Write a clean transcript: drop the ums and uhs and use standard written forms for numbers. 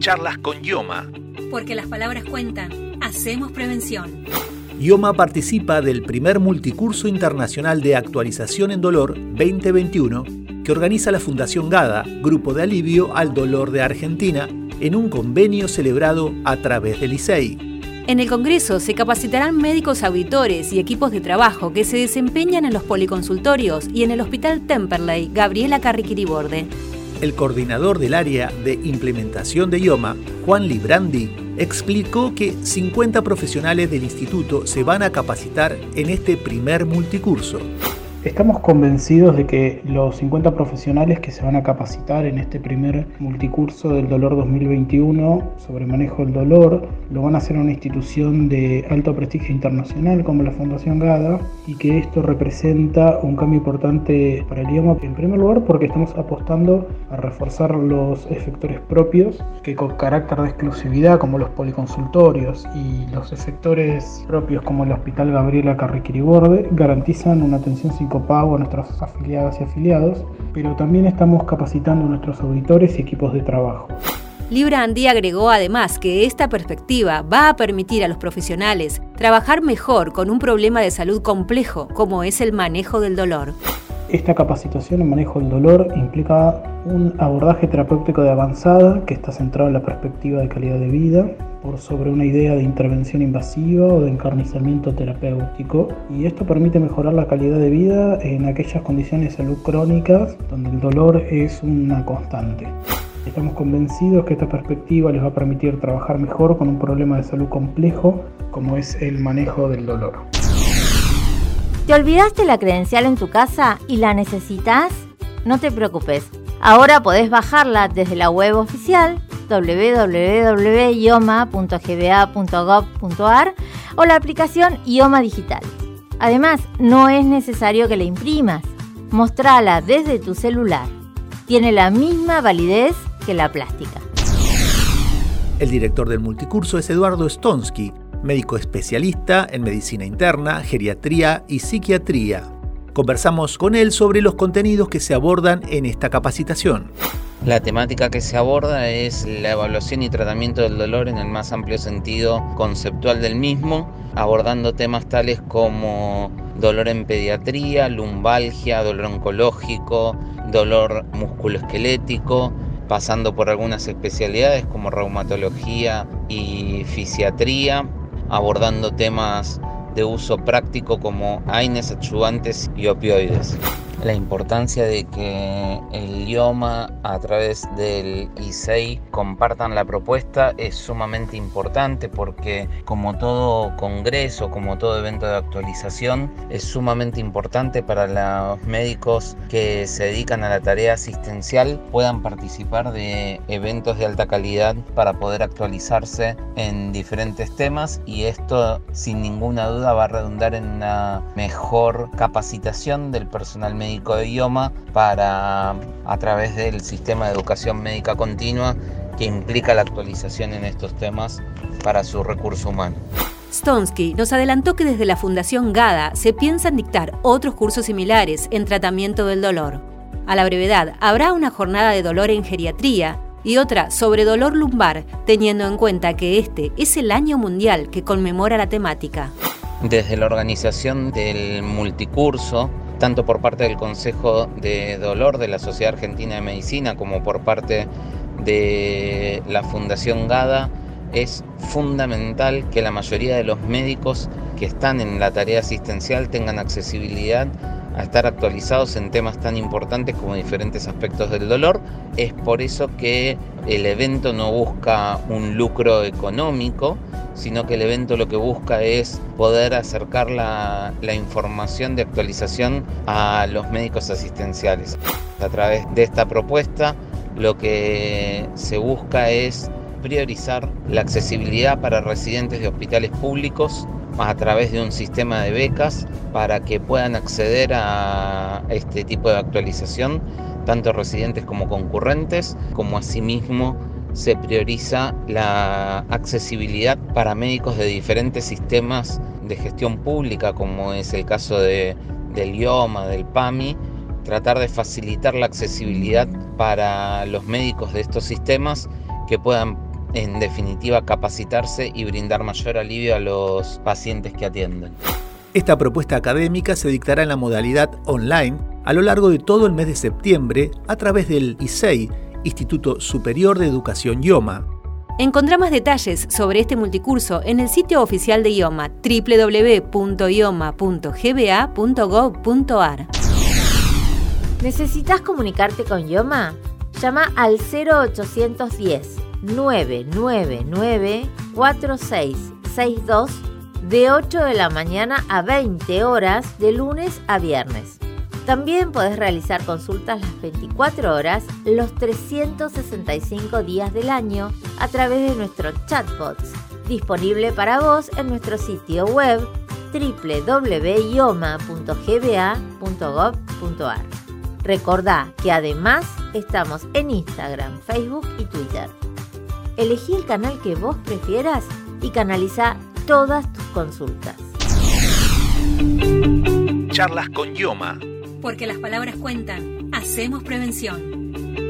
Charlas con IOMA. Porque las palabras cuentan, hacemos prevención. IOMA participa del primer multicurso internacional de actualización en dolor 2021 que organiza la Fundación GADA, Grupo de Alivio al Dolor de Argentina, en un convenio celebrado a través del ISEI. En el Congreso se capacitarán médicos auditores y equipos de trabajo que se desempeñan en los policonsultorios y en el Hospital Temperley Gabriela Carriquiriborde. El coordinador del área de implementación de IOMA, Juan Librandi, explicó que 50 profesionales del instituto se van a capacitar en este primer multicurso. Estamos convencidos de que los 50 profesionales que se van a capacitar en este primer multicurso del dolor 2021 sobre manejo del dolor lo van a hacer en una institución de alto prestigio internacional como la Fundación GADA, y que esto representa un cambio importante para el IOMA, en primer lugar porque estamos apostando a reforzar los efectores propios que con carácter de exclusividad como los policonsultorios y los efectores propios como el Hospital Gabriela Carriquiriborde garantizan una atención sin copago a nuestros afiliadas y afiliados, pero también estamos capacitando a nuestros auditores y equipos de trabajo. Librandi agregó además que esta perspectiva va a permitir a los profesionales trabajar mejor con un problema de salud complejo como es el manejo del dolor. Esta capacitación en manejo del dolor implica un abordaje terapéutico de avanzada que está centrado en la perspectiva de calidad de vida por sobre una idea de intervención invasiva o de encarnizamiento terapéutico, y esto permite mejorar la calidad de vida en aquellas condiciones de salud crónicas donde el dolor es una constante. Estamos convencidos que esta perspectiva les va a permitir trabajar mejor con un problema de salud complejo como es el manejo del dolor. ¿Te olvidaste la credencial en tu casa y la necesitas? No te preocupes, ahora podés bajarla desde la web oficial www.ioma.gba.gov.ar o la aplicación IOMA Digital. Además, no es necesario que la imprimas, mostrala desde tu celular. Tiene la misma validez que la plástica. El director del multicurso es Eduardo Stonsky, médico especialista en medicina interna, geriatría y psiquiatría. Conversamos con él sobre los contenidos que se abordan en esta capacitación. La temática que se aborda es la evaluación y tratamiento del dolor en el más amplio sentido conceptual del mismo, abordando temas tales como dolor en pediatría, lumbalgia, dolor oncológico, dolor musculoesquelético, pasando por algunas especialidades como reumatología y fisiatría, abordando temas de uso práctico como AINES, adyuvantes y opioides. La importancia de que el IOMA a través del ISEI compartan la propuesta es sumamente importante porque, como todo congreso, como todo evento de actualización, es sumamente importante para los médicos que se dedican a la tarea asistencial puedan participar de eventos de alta calidad para poder actualizarse en diferentes temas, y esto sin ninguna duda va a redundar en una mejor capacitación del personal médico de IOMA para, a través del sistema de educación médica continua que implica la actualización en estos temas para su recurso humano. Stonsky nos adelantó que desde la Fundación GADA se piensan dictar otros cursos similares en tratamiento del dolor. A la brevedad, habrá una jornada de dolor en geriatría y otra sobre dolor lumbar, teniendo en cuenta que este es el año mundial que conmemora la temática. Desde la organización del multicurso, tanto por parte del Consejo de Dolor de la Sociedad Argentina de Medicina como por parte de la Fundación GADA, es fundamental que la mayoría de los médicos que están en la tarea asistencial tengan accesibilidad a estar actualizados en temas tan importantes como diferentes aspectos del dolor. Es por eso que el evento no busca un lucro económico, sino que el evento lo que busca es poder acercar la información de actualización a los médicos asistenciales. A través de esta propuesta, lo que se busca es priorizar la accesibilidad para residentes de hospitales públicos a través de un sistema de becas para que puedan acceder a este tipo de actualización, tanto residentes como concurrentes, como asimismo se prioriza la accesibilidad para médicos de diferentes sistemas de gestión pública, como es el caso del IOMA, del PAMI, tratar de facilitar la accesibilidad para los médicos de estos sistemas que puedan en definitiva capacitarse y brindar mayor alivio a los pacientes que atienden. Esta propuesta académica se dictará en la modalidad online a lo largo de todo el mes de septiembre a través del ISEI, Instituto Superior de Educación IOMA. Encontrá más detalles sobre este multicurso en el sitio oficial de IOMA, www.ioma.gba.gov.ar. ¿Necesitas comunicarte con IOMA? Llama al 0810 999 4662 de 8 de la mañana a 20 horas de lunes a viernes. También podés realizar consultas las 24 horas, los 365 días del año a través de nuestro chatbot, disponible para vos en nuestro sitio web www.ioma.gba.gov.ar. Recordá que además estamos en Instagram, Facebook y Twitter. Elegí el canal que vos prefieras y canaliza todas tus consultas. Charlas con IOMA. Porque las palabras cuentan. Hacemos prevención.